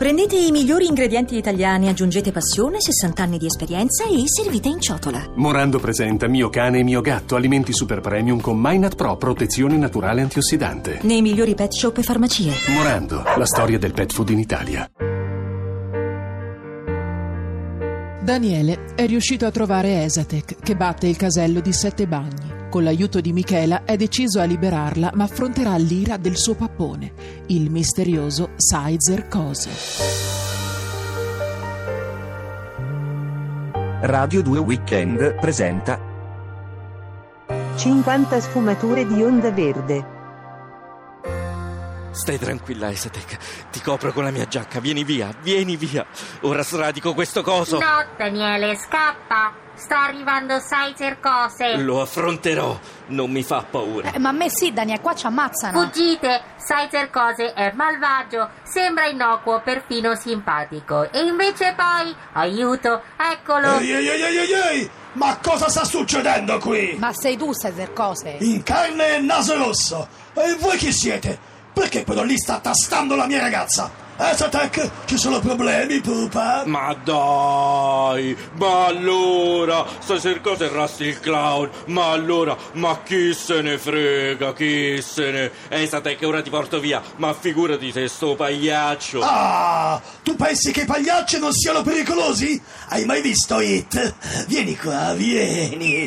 Prendete i migliori ingredienti italiani, aggiungete passione, 60 anni di esperienza e servite in ciotola. Morando presenta Mio cane e mio gatto, alimenti super premium con Minat Pro, protezione naturale antiossidante. Nei migliori pet shop e farmacie. Morando, la storia del pet food in Italia. Daniele è riuscito a trovare Esatek, che batte il casello di 7 bagni. Con l'aiuto di Michela è deciso a liberarla, ma affronterà l'ira del suo pappone, il misterioso Sizer Cose. Radio 2 Weekend presenta 50 sfumature di Onda Verde. Stai tranquilla, Esatek. Ti copro con la mia giacca. Vieni via. Ora sradico questo coso. No, Daniele, scappa. Sta arrivando Sizer Cose. Lo affronterò. Non mi fa paura. Ma a me sì, Daniele, qua ci ammazzano. Fuggite. Sizer Cose è malvagio. Sembra innocuo, perfino simpatico. E invece poi, aiuto, eccolo. Ehi! Ma cosa sta succedendo qui? Ma sei tu, Sizer Cose? In carne e naso rosso. E voi chi siete? Perché quello lì sta tastando la mia ragazza? Esatek, ci sono problemi, pupa? Ma dai, ma allora, Sizer Cose è Rusty il clown. Ma allora, ma chi se ne frega, chi se ne... Esatek, ora ti porto via. Ma figurati se sto pagliaccio. Ah, tu pensi che i pagliacci non siano pericolosi? Hai mai visto It? Vieni qua, vieni.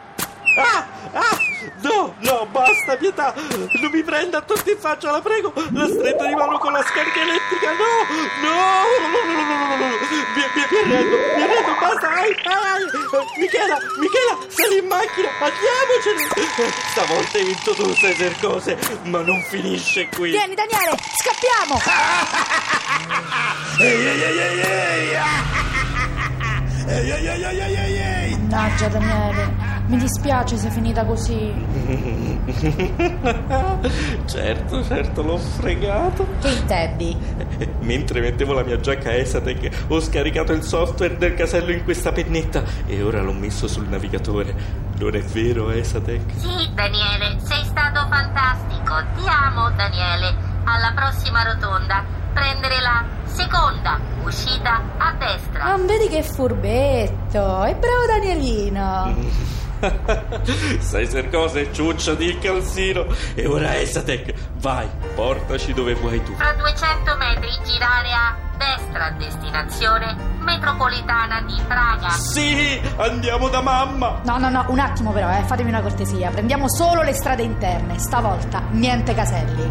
No, basta, pietà. Non mi prenda a tutti in faccia, la prego. La stretta di mano con la scarica elettrica. No. Mi arrendo, basta. Ai. Michela, sali in macchina, andiamocene. Stavolta hai vinto tu, Sizer Cose, ma non finisce qui. Vieni, Daniele, scappiamo. Ehi. Mannaggia, Daniele, mi dispiace se è finita così. Certo, l'ho fregato. Che intendi? Mentre mettevo la mia giacca Esatek, ho scaricato il software del casello in questa pennetta e ora l'ho messo sul navigatore. Non è vero, Esatek? Sì, Daniele, sei stato fantastico. Ti amo, Daniele. Alla prossima rotonda, prendere la seconda uscita a destra. Ah, vedi che furbetto. E bravo Danielino. Sizer Cose, ciuccia di calzino. E ora, Esatek, vai, portaci dove vuoi tu. Fra 200 metri girare a destra, destinazione metropolitana di Praga. Sì, andiamo da mamma. No, un attimo però, fatemi una cortesia. Prendiamo solo le strade interne. Stavolta niente caselli.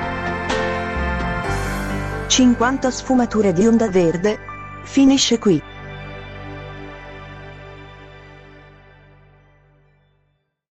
50 sfumature di Onda Verde finisce qui.